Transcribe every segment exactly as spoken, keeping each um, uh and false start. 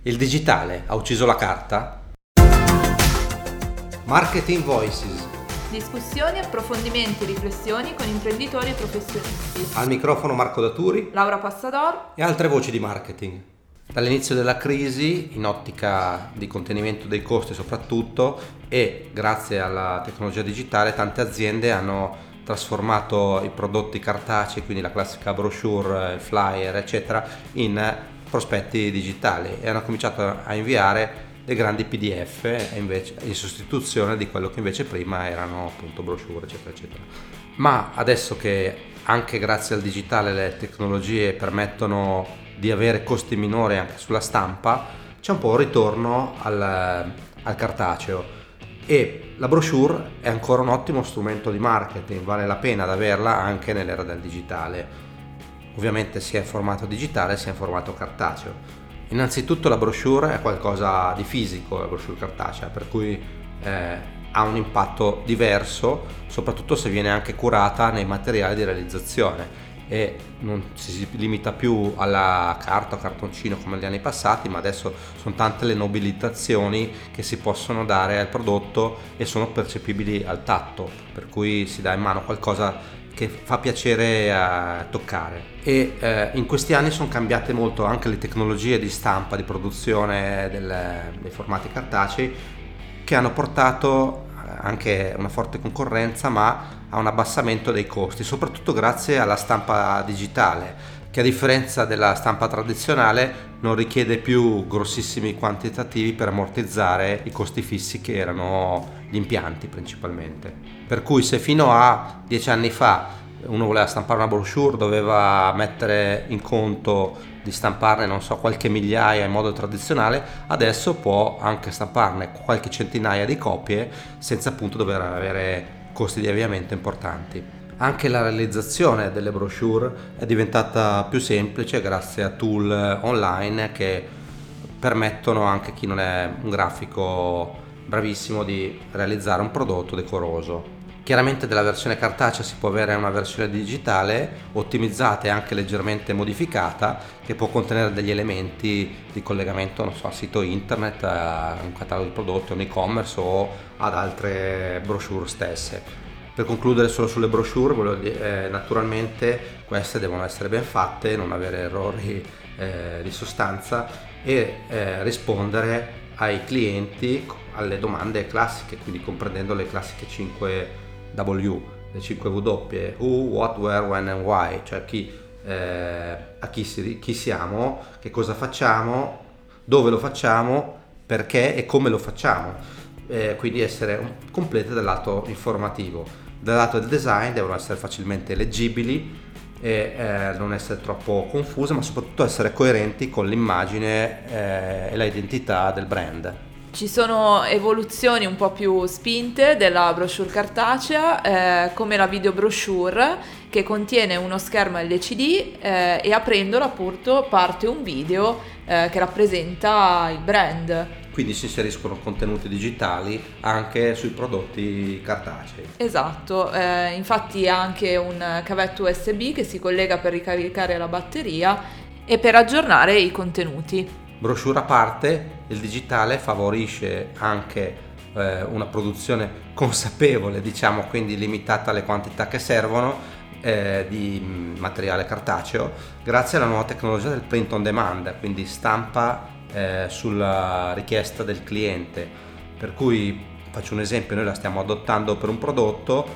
Il digitale ha ucciso la carta? Marketing Voices. Discussioni, approfondimenti, riflessioni con imprenditori e professionisti. Al microfono Marco Daturi, Laura Passador e altre voci di marketing. Dall'inizio della crisi, in ottica di contenimento dei costi soprattutto, e grazie alla tecnologia digitale, tante aziende hanno trasformato i prodotti cartacei, quindi la classica brochure, il flyer, eccetera, in prospetti digitali e hanno cominciato a inviare dei grandi P D F invece, in sostituzione di quello che invece prima erano appunto brochure, eccetera, eccetera. Ma adesso che anche grazie al digitale le tecnologie permettono di avere costi minori anche sulla stampa, c'è un po' un ritorno al, al cartaceo, e la brochure è ancora un ottimo strumento di marketing, vale la pena ad averla anche nell'era del digitale, ovviamente sia in formato digitale sia in formato cartaceo. Innanzitutto la brochure è qualcosa di fisico, la brochure cartacea, per cui eh, ha un impatto diverso, soprattutto se viene anche curata nei materiali di realizzazione e non si limita più alla carta o cartoncino come negli anni passati, ma adesso sono tante le nobilitazioni che si possono dare al prodotto e sono percepibili al tatto, per cui si dà in mano qualcosa che fa piacere a toccare. E eh, in questi anni sono cambiate molto anche le tecnologie di stampa, di produzione del, dei formati cartacei, che hanno portato anche una forte concorrenza, ma a un abbassamento dei costi, soprattutto grazie alla stampa digitale, che a differenza della stampa tradizionale non richiede più grossissimi quantitativi per ammortizzare i costi fissi che erano gli impianti principalmente. Per cui se fino a dieci anni fa uno voleva stampare una brochure doveva mettere in conto di stamparne, non so, qualche migliaia in modo tradizionale, adesso può anche stamparne qualche centinaia di copie senza appunto dover avere costi di avviamento importanti. Anche la realizzazione delle brochure è diventata più semplice grazie a tool online che permettono anche a chi non è un grafico bravissimo di realizzare un prodotto decoroso. Chiaramente della versione cartacea si può avere una versione digitale ottimizzata e anche leggermente modificata, che può contenere degli elementi di collegamento, non so, a sito internet, a un catalogo di prodotti, a un e-commerce o ad altre brochure stesse. Per concludere solo sulle brochure, volevo dire, eh, naturalmente queste devono essere ben fatte, non avere errori eh, di sostanza e eh, rispondere ai clienti alle domande classiche, quindi comprendendo le classiche cinque W, le cinque W: Who, What, Where, When and Why, cioè chi, eh, a chi, si, chi siamo, che cosa facciamo, dove lo facciamo, perché e come lo facciamo, eh, quindi essere complete dal lato informativo. Dal lato del design devono essere facilmente leggibili e eh, non essere troppo confuse, ma soprattutto essere coerenti con l'immagine eh, e l'identità del brand. Ci sono evoluzioni un po' più spinte della brochure cartacea, eh, come la video brochure, che contiene uno schermo L C D eh, e aprendolo appunto parte un video eh, che rappresenta il brand. Quindi si inseriscono contenuti digitali anche sui prodotti cartacei. Esatto, eh, infatti ha anche un cavetto U S B che si collega per ricaricare la batteria e per aggiornare i contenuti. Brochure a parte, il digitale favorisce anche eh, una produzione consapevole, diciamo, quindi limitata alle quantità che servono eh, di materiale cartaceo, grazie alla nuova tecnologia del print on demand, quindi stampa eh, sulla richiesta del cliente. Per cui faccio un esempio: noi la stiamo adottando per un prodotto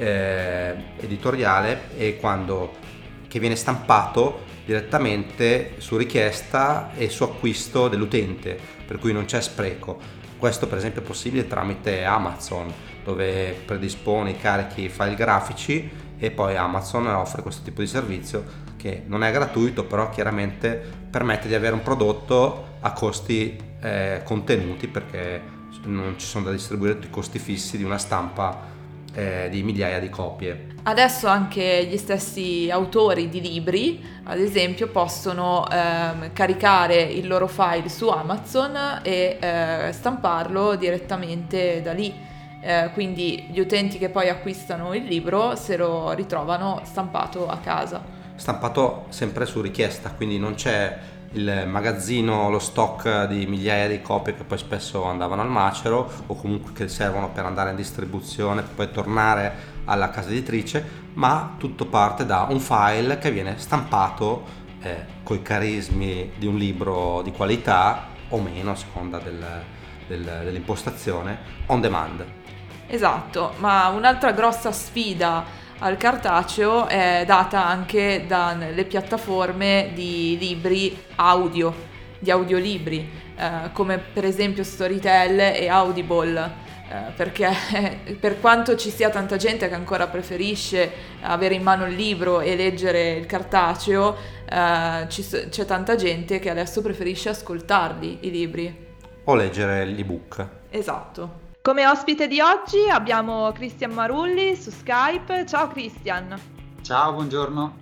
eh, editoriale, e quando che viene stampato direttamente su richiesta e su acquisto dell'utente, per cui non c'è spreco. Questo per esempio è possibile tramite Amazon, dove predisponi, carichi file grafici e poi Amazon offre questo tipo di servizio che non è gratuito, però chiaramente permette di avere un prodotto a costi eh, contenuti, perché non ci sono da distribuire tutti i costi fissi di una stampa eh, di migliaia di copie. Adesso anche gli stessi autori di libri, ad esempio, possono ehm, caricare il loro file su Amazon e eh, stamparlo direttamente da lì. Eh, quindi gli utenti che poi acquistano il libro se lo ritrovano stampato a casa. Stampato sempre su richiesta, quindi non c'è il magazzino, lo stock di migliaia di copie che poi spesso andavano al macero o comunque che servono per andare in distribuzione per poi tornare alla casa editrice, ma tutto parte da un file che viene stampato eh, coi carismi di un libro di qualità o meno a seconda del, del, dell'impostazione, on demand. Esatto, ma un'altra grossa sfida al cartaceo è data anche dalle piattaforme di libri audio, di audiolibri, eh, come per esempio Storytel e Audible. Eh, perché per quanto ci sia tanta gente che ancora preferisce avere in mano il libro e leggere il cartaceo, eh, ci, c'è tanta gente che adesso preferisce ascoltarli i libri. O leggere l'ebook. Esatto. Come ospite di oggi abbiamo Cristian Marulli su Skype. Ciao Cristian. Ciao, buongiorno.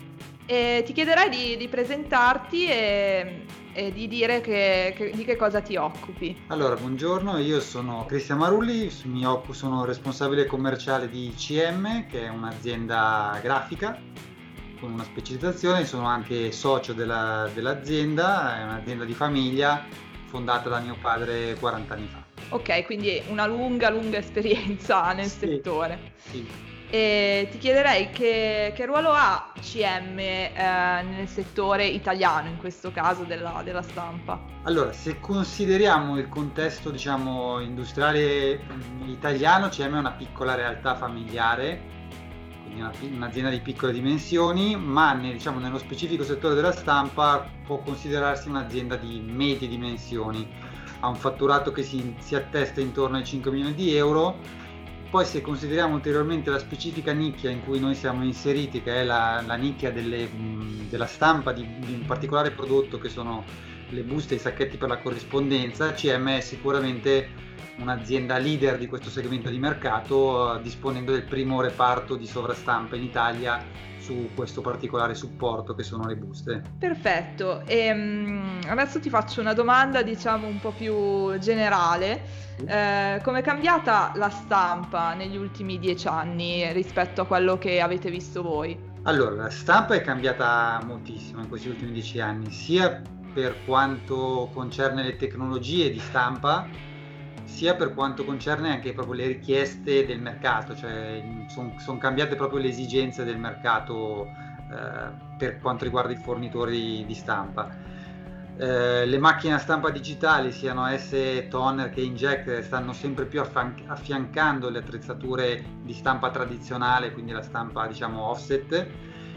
E ti chiederei di, di presentarti e, e di dire che, che, di che cosa ti occupi. Allora, buongiorno, io sono Cristian Marulli, mi occupo, sono responsabile commerciale di C M, che è un'azienda grafica con una specializzazione, sono anche socio della, dell'azienda, è un'azienda di famiglia fondata da mio padre quaranta anni fa. Ok, quindi una lunga, lunga esperienza nel sì, settore. Sì. E ti chiederei che, che ruolo ha C M eh, nel settore italiano, in questo caso della, della stampa? Allora, se consideriamo il contesto, diciamo, industriale italiano, C M è una piccola realtà familiare, quindi una, un'azienda di piccole dimensioni, ma ne, diciamo, nello specifico settore della stampa può considerarsi un'azienda di medie dimensioni. Ha un fatturato che si, si attesta intorno ai cinque milioni di euro. Poi se consideriamo ulteriormente la specifica nicchia in cui noi siamo inseriti, che è la, la nicchia delle, mh, della stampa di, di un particolare prodotto che sono le buste e i sacchetti per la corrispondenza, C M è sicuramente un'azienda leader di questo segmento di mercato, eh, disponendo del primo reparto di sovrastampa in Italia su questo particolare supporto che sono le buste. Perfetto, e um, adesso ti faccio una domanda diciamo un po' più generale. Eh, come è cambiata la stampa negli ultimi dieci anni rispetto a quello che avete visto voi? Allora, la stampa è cambiata moltissimo in questi ultimi dieci anni, sia per quanto concerne le tecnologie di stampa, sia per quanto concerne anche proprio le richieste del mercato, cioè sono son cambiate proprio le esigenze del mercato eh, per quanto riguarda i fornitori di stampa. Eh, le macchine a stampa digitali, siano esse toner che inkjet, stanno sempre più affian- affiancando le attrezzature di stampa tradizionale, quindi la stampa diciamo offset,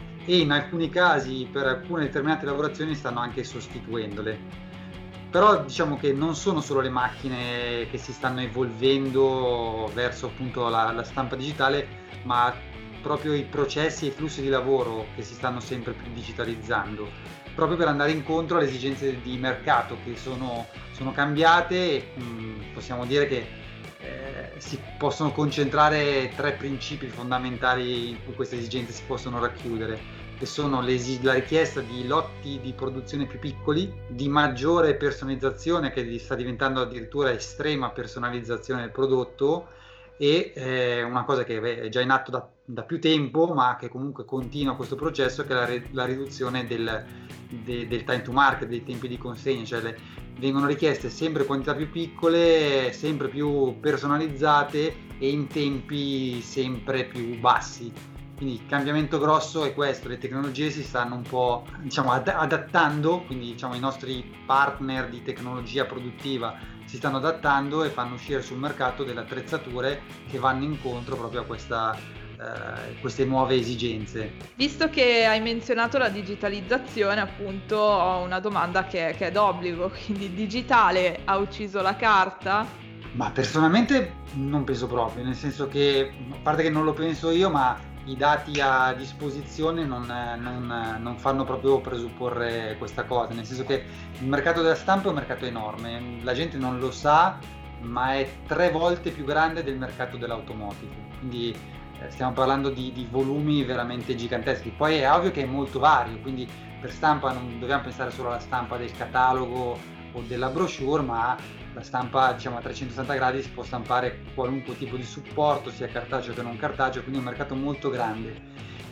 e in alcuni casi per alcune determinate lavorazioni stanno anche sostituendole. Però diciamo che non sono solo le macchine che si stanno evolvendo verso appunto la, la stampa digitale, ma proprio i processi e i flussi di lavoro che si stanno sempre più digitalizzando, proprio per andare incontro alle esigenze di mercato che sono, sono cambiate e mh, possiamo dire che eh, si possono concentrare tre principi fondamentali in cui queste esigenze si possono racchiudere, che sono le, la richiesta di lotti di produzione più piccoli, di maggiore personalizzazione, che sta diventando addirittura estrema personalizzazione del prodotto, e eh, una cosa che è già in atto da, da più tempo, ma che comunque continua questo processo, che è la, la riduzione del, de, del time to market, dei tempi di consegna, cioè le, vengono richieste sempre quantità più piccole, sempre più personalizzate e in tempi sempre più bassi. Quindi il cambiamento grosso è questo, le tecnologie si stanno un po' diciamo ad- adattando, quindi diciamo i nostri partner di tecnologia produttiva si stanno adattando e fanno uscire sul mercato delle attrezzature che vanno incontro proprio a questa, eh, queste nuove esigenze. Visto che hai menzionato la digitalizzazione, appunto ho una domanda che, che è d'obbligo, quindi il digitale ha ucciso la carta? Ma personalmente non penso proprio, nel senso che, a parte che non lo penso io, ma i dati a disposizione non, non, non fanno proprio presupporre questa cosa, nel senso che il mercato della stampa è un mercato enorme, la gente non lo sa, ma è tre volte più grande del mercato dell'automotive, quindi eh, stiamo parlando di, di volumi veramente giganteschi. Poi è ovvio che è molto vario, quindi per stampa non dobbiamo pensare solo alla stampa del catalogo o della brochure, ma la stampa diciamo a trecentosessanta gradi si può stampare qualunque tipo di supporto, sia cartaceo che non cartaceo, quindi è un mercato molto grande.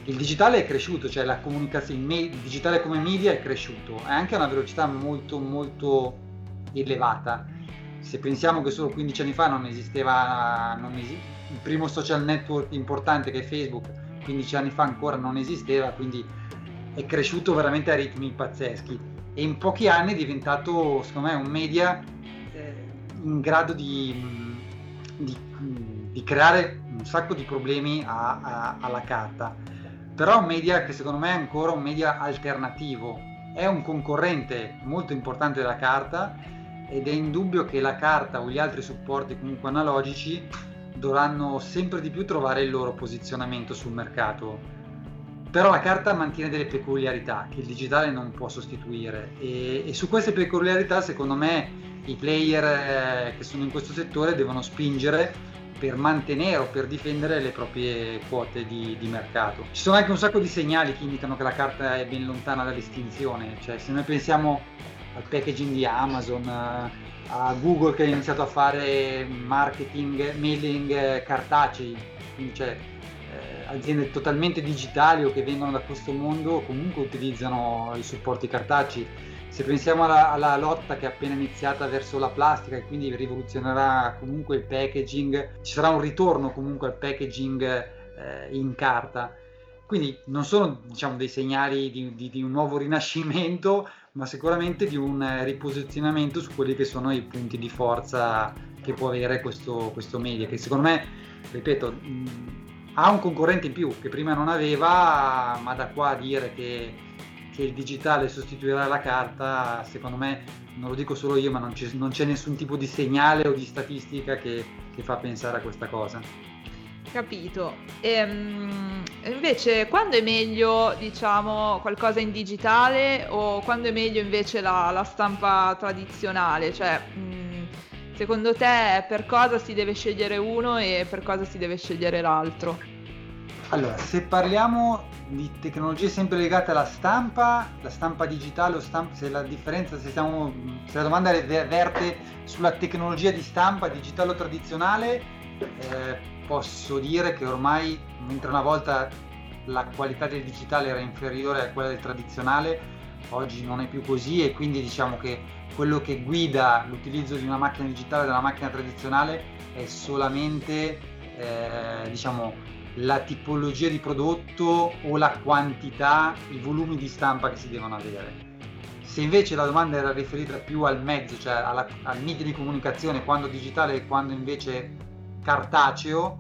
il digitale è cresciuto, cioè la comunicazione, il, me- il digitale come media è cresciuto, è anche a una velocità molto molto elevata. Se pensiamo che solo quindici anni fa non esisteva, non esi- il primo social network importante che è Facebook, quindici anni fa ancora non esisteva, quindi è cresciuto veramente a ritmi pazzeschi e in pochi anni è diventato, secondo me, un media eh, in grado di, di, di creare un sacco di problemi a, a, alla carta, però è un media che secondo me è ancora un media alternativo, è un concorrente molto importante della carta ed è indubbio che la carta o gli altri supporti comunque analogici dovranno sempre di più trovare il loro posizionamento sul mercato. Però la carta mantiene delle peculiarità che il digitale non può sostituire e, e su queste peculiarità secondo me i player eh, che sono in questo settore devono spingere per mantenere o per difendere le proprie quote di, di mercato. Ci sono anche un sacco di segnali che indicano che la carta è ben lontana dall'estinzione, cioè se noi pensiamo al packaging di Amazon, a Google che ha iniziato a fare marketing, mailing cartacei, quindi cioè eh, aziende totalmente digitali o che vengono da questo mondo comunque utilizzano i supporti cartacei. Se pensiamo alla, alla lotta che è appena iniziata verso la plastica e quindi rivoluzionerà comunque il packaging, ci sarà un ritorno comunque al packaging eh, in carta. Quindi non sono, diciamo, dei segnali di, di, di un nuovo rinascimento, ma sicuramente di un riposizionamento su quelli che sono i punti di forza che può avere questo, questo media, che secondo me, ripeto, mh, ha un concorrente in più che prima non aveva, ma da qua a dire che, che il digitale sostituirà la carta, secondo me, non lo dico solo io, ma non c'è, non c'è nessun tipo di segnale o di statistica che, che fa pensare a questa cosa. Capito. Ehm, invece, quando è meglio, diciamo, qualcosa in digitale o quando è meglio invece la, la stampa tradizionale? Cioè, mh, secondo te per cosa si deve scegliere uno e per cosa si deve scegliere l'altro? Allora, se parliamo di tecnologie sempre legate alla stampa, la stampa digitale o stampa, se la differenza, se, stiamo, se la domanda verte sulla tecnologia di stampa digitale o tradizionale, eh, posso dire che ormai, mentre una volta la qualità del digitale era inferiore a quella del tradizionale, oggi non è più così e quindi diciamo che quello che guida l'utilizzo di una macchina digitale da una macchina tradizionale è solamente eh, diciamo la tipologia di prodotto o la quantità, i volumi di stampa che si devono avere. Se invece la domanda era riferita più al mezzo, cioè alla, al media di comunicazione, quando digitale e quando invece cartaceo,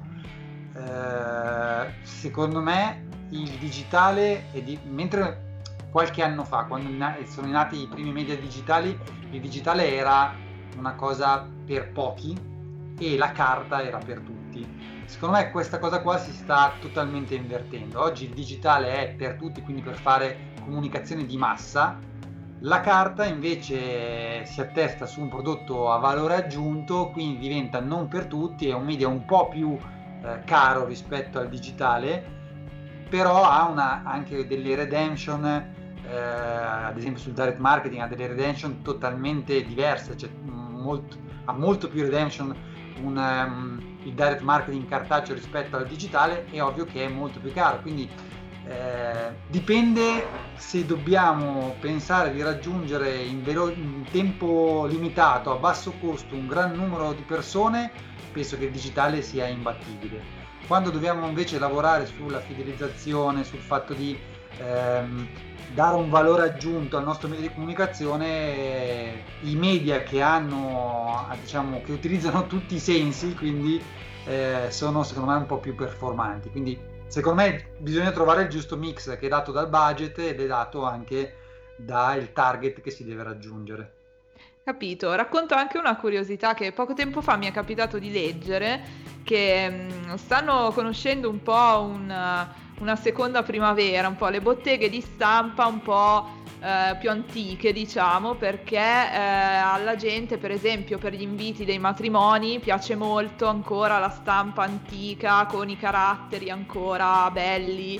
eh, secondo me il digitale è di, mentre qualche anno fa, quando na- sono nati i primi media digitali, il digitale era una cosa per pochi e la carta era per tutti. Secondo me questa cosa qua si sta totalmente invertendo. Oggi il digitale è per tutti, quindi per fare comunicazione di massa. La carta invece si attesta su un prodotto a valore aggiunto, quindi diventa non per tutti, è un media un po' più eh, caro rispetto al digitale, però ha una, anche delle redemption, eh, ad esempio sul direct marketing ha delle redemption totalmente diverse, cioè molto, ha molto più redemption un, um, il direct marketing cartaceo rispetto al digitale, è ovvio che è molto più caro, quindi Eh, dipende se dobbiamo pensare di raggiungere in, velo- in tempo limitato, a basso costo, un gran numero di persone, penso che il digitale sia imbattibile. Quando dobbiamo invece lavorare sulla fidelizzazione, sul fatto di ehm, dare un valore aggiunto al nostro medio di comunicazione, eh, i media che hanno, diciamo, che utilizzano tutti i sensi, quindi eh, sono secondo me un po' più performanti. Quindi secondo me bisogna trovare il giusto mix che è dato dal budget ed è dato anche dal target che si deve raggiungere. Capito, racconto anche una curiosità che poco tempo fa mi è capitato di leggere, che mh, stanno conoscendo un po' un, una seconda primavera, un po' le botteghe di stampa un po' eh, più antiche, diciamo, perché eh, alla gente, per esempio, per gli inviti dei matrimoni piace molto ancora la stampa antica con i caratteri ancora belli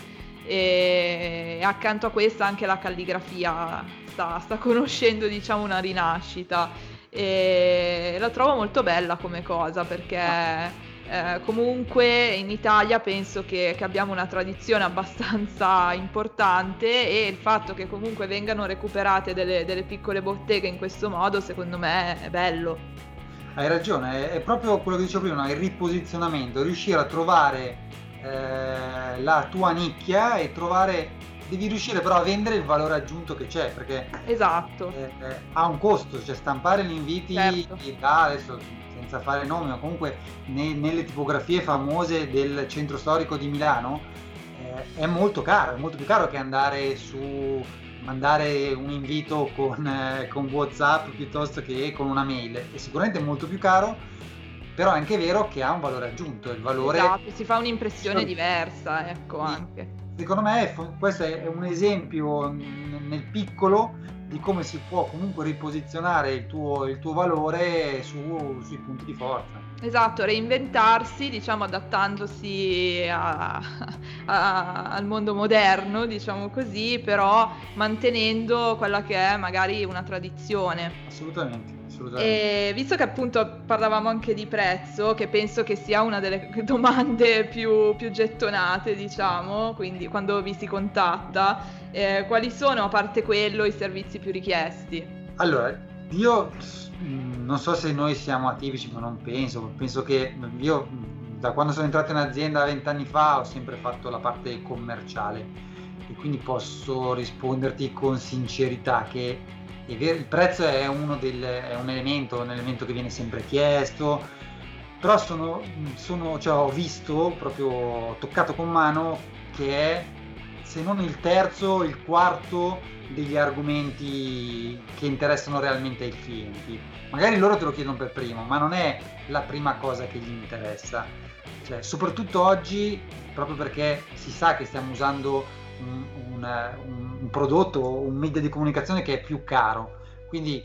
e accanto a questa anche la calligrafia sta, sta conoscendo, diciamo, una rinascita e la trovo molto bella come cosa perché Eh, comunque in Italia penso che, che abbiamo una tradizione abbastanza importante, e il fatto che comunque vengano recuperate delle, delle piccole botteghe in questo modo, secondo me è bello. Hai ragione, è, è proprio quello che dicevo prima, il riposizionamento, riuscire a trovare eh, la tua nicchia e trovare, devi riuscire però a vendere il valore aggiunto che c'è, perché Esatto. eh, eh, ha un costo, cioè stampare gli inviti Certo. da adesso, senza fare nomi, ma comunque ne- nelle tipografie famose del centro storico di Milano eh, è molto caro, è molto più caro che andare su, mandare un invito con, eh, con WhatsApp piuttosto che con una mail. È sicuramente molto più caro, però è anche vero che ha un valore aggiunto, il valore... Esatto, si fa un'impressione Sì. diversa, ecco, Sì. anche. Secondo me è fo- questo è un esempio n- nel piccolo di come si può comunque riposizionare il tuo, il tuo valore su- sui punti di forza. Esatto, reinventarsi, diciamo, adattandosi a- a- al mondo moderno, diciamo così, però mantenendo quella che è magari una tradizione. Assolutamente, assolutamente. E visto che appunto parlavamo anche di prezzo, che penso che sia una delle domande più, più gettonate, diciamo, quindi quando vi si contatta, eh, quali sono, a parte quello, i servizi più richiesti? Allora, io mh, non so se noi siamo atipici, ma non penso, penso che io mh, da quando sono entrato in azienda vent'anni fa ho sempre fatto la parte commerciale e quindi posso risponderti con sincerità che è vero, il prezzo è uno del, è un elemento, un elemento che viene sempre chiesto, però sono, sono, cioè, ho visto, proprio toccato con mano, che è se non il terzo, il quarto degli argomenti che interessano realmente ai clienti. Magari loro te lo chiedono per primo, ma non è la prima cosa che gli interessa. Cioè, soprattutto oggi, proprio perché si sa che stiamo usando un, un, un prodotto, un media di comunicazione che è più caro. Quindi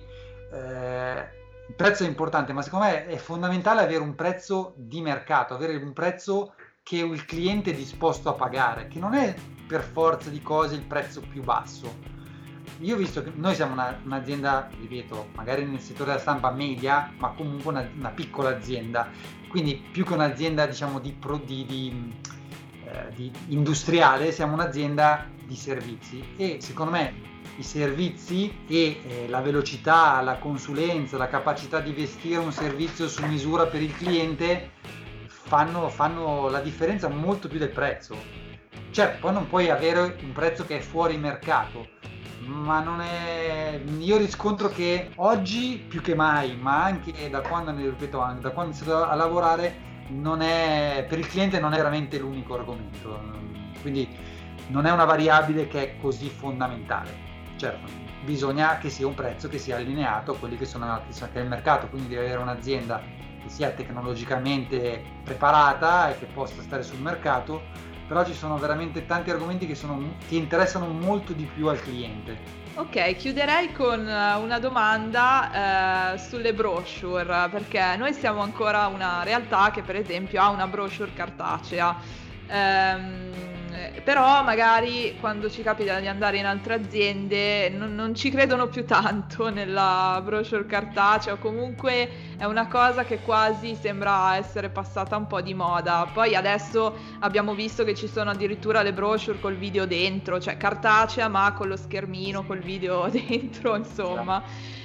eh, il prezzo è importante, ma secondo me è fondamentale avere un prezzo di mercato, avere un prezzo che il cliente è disposto a pagare, che non è per forza di cose il prezzo più basso. Io ho visto che noi siamo una, un'azienda, ripeto, magari nel settore della stampa media, ma comunque una, una piccola azienda, quindi più che un'azienda diciamo di, pro, di, di, eh, di industriale, siamo un'azienda di servizi e secondo me i servizi e eh, la velocità, la consulenza, la capacità di vestire un servizio su misura per il cliente fanno, fanno la differenza molto più del prezzo. Certo, poi non puoi avere un prezzo che è fuori mercato, ma non è... Io riscontro che oggi più che mai, ma anche da quando, ne ripeto, anche da quando ho iniziato a lavorare, non è, per il cliente non è veramente l'unico argomento, quindi non è una variabile che è così fondamentale. Certo, bisogna che sia un prezzo che sia allineato a quelli che sono che è il mercato, quindi devi avere un'azienda che sia tecnologicamente preparata e che possa stare sul mercato. Però ci sono veramente tanti argomenti che, sono, che interessano molto di più al cliente. Ok, chiuderei con una domanda eh, sulle brochure, perché noi siamo ancora una realtà che per esempio ha una brochure cartacea, ehm, però magari quando ci capita di andare in altre aziende non, non ci credono più tanto nella brochure cartacea, o comunque è una cosa che quasi sembra essere passata un po' di moda. Poi adesso abbiamo visto che ci sono addirittura le brochure col video dentro, cioè cartacea ma con lo schermino, col video dentro, insomma.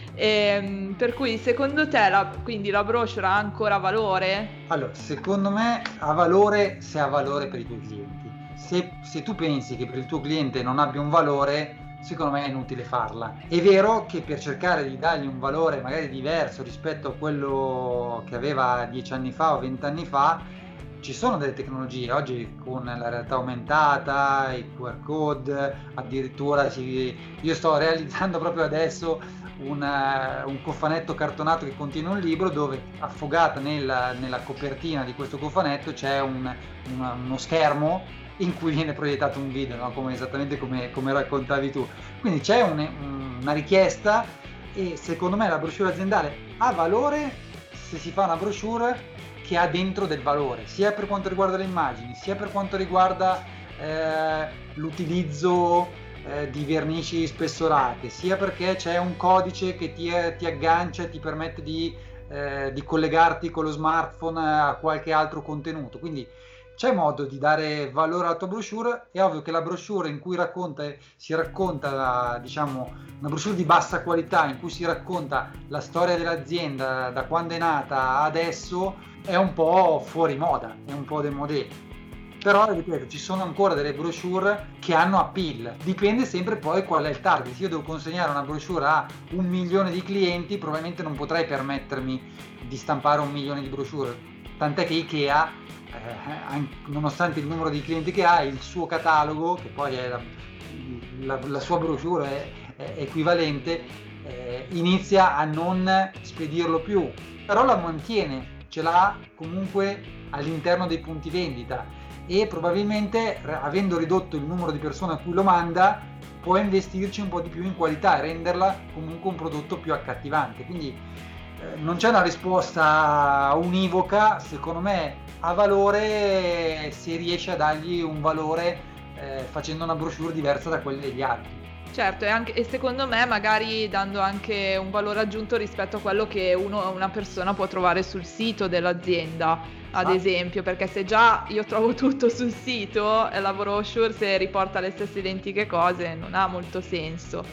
E, per cui secondo te la, quindi la brochure ha ancora valore? Allora, secondo me ha valore se ha valore per i tuoi clienti. Se, se tu pensi che per il tuo cliente non abbia un valore, secondo me è inutile farla. È vero che per cercare di dargli un valore magari diverso rispetto a quello che aveva dieci anni fa o venti anni fa, ci sono delle tecnologie oggi con la realtà aumentata, i Q R code, addirittura ci, io sto realizzando proprio adesso una, un cofanetto cartonato che contiene un libro dove affogata nella, nella copertina di questo cofanetto c'è un, una, uno schermo in cui viene proiettato un video, no? Come, esattamente come, come raccontavi tu. Quindi c'è un, un, una richiesta e secondo me la brochure aziendale ha valore se si fa una brochure che ha dentro del valore, sia per quanto riguarda le immagini, sia per quanto riguarda eh, l'utilizzo eh, di vernici spessorate, sia perché c'è un codice che ti, ti aggancia e ti permette di, eh, di collegarti con lo smartphone a qualche altro contenuto. Quindi c'è modo di dare valore alla tua brochure. È ovvio che la brochure in cui racconta, si racconta, diciamo, una brochure di bassa qualità in cui si racconta la storia dell'azienda da quando è nata adesso è un po' fuori moda, è un po' démodé. Però ripeto, ci sono ancora delle brochure che hanno appeal, dipende sempre poi qual è il target. Se io devo consegnare una brochure a un milione di clienti, probabilmente non potrei permettermi di stampare un milione di brochure, tant'è che Ikea, eh, nonostante il numero di clienti che ha, il suo catalogo, che poi è la, la, la sua brochure è, è equivalente, eh, inizia a non spedirlo più, però la mantiene, ce l'ha comunque all'interno dei punti vendita, e probabilmente, avendo ridotto il numero di persone a cui lo manda, può investirci un po' di più in qualità e renderla comunque un prodotto più accattivante. Quindi eh, non c'è una risposta univoca. Secondo me ha valore se riesce a dargli un valore eh, facendo una brochure diversa da quelle degli altri. Certo, e, anche, e secondo me magari dando anche un valore aggiunto rispetto a quello che uno, una persona può trovare sul sito dell'azienda, ad esempio, perché se già io trovo tutto sul sito, la brochure, se riporta le stesse identiche cose, non ha molto senso.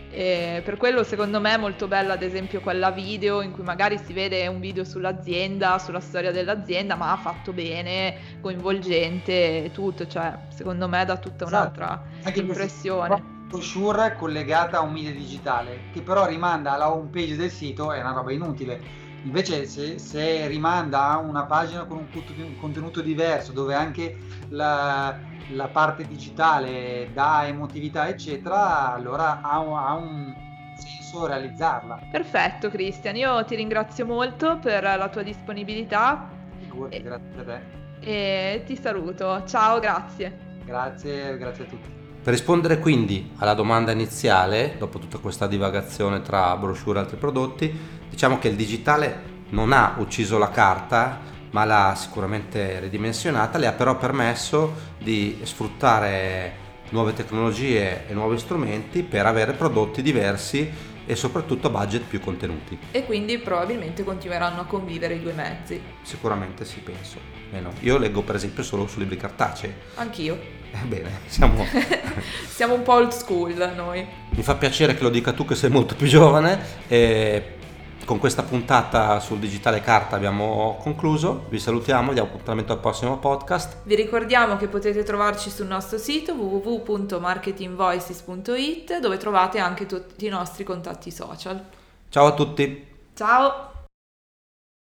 E per quello secondo me è molto bella, ad esempio, quella video in cui magari si vede un video sull'azienda, sulla storia dell'azienda, ma fatto bene, coinvolgente e tutto, cioè secondo me dà tutta un'altra Anche impressione. Brochure collegata a un media digitale che però rimanda alla home page del sito è una roba inutile. Invece se, se rimanda a una pagina con un contenuto diverso, dove anche la, la parte digitale dà emotività eccetera, allora ha un, ha un senso realizzarla. Perfetto Cristian, io ti ringrazio molto per la tua disponibilità. Figurati, e, grazie a te. E ti saluto, ciao, grazie. Grazie, grazie a tutti. Per rispondere quindi alla domanda iniziale, dopo tutta questa divagazione tra brochure e altri prodotti, diciamo che il digitale non ha ucciso la carta, ma l'ha sicuramente ridimensionata, le ha però permesso di sfruttare nuove tecnologie e nuovi strumenti per avere prodotti diversi e soprattutto budget più contenuti. E quindi probabilmente continueranno a convivere i due mezzi. Sicuramente sì, penso. Meno. Io leggo per esempio solo su libri cartacei. Anch'io. Ebbene, siamo... siamo un po' old school noi. Mi fa piacere che lo dica tu che sei molto più giovane, e con questa puntata sul digitale carta abbiamo concluso. Vi salutiamo, diamo appuntamento al prossimo podcast. Vi ricordiamo che potete trovarci sul nostro sito w w w punto marketing voices punto i t, dove trovate anche tutti i nostri contatti social. Ciao a tutti. Ciao.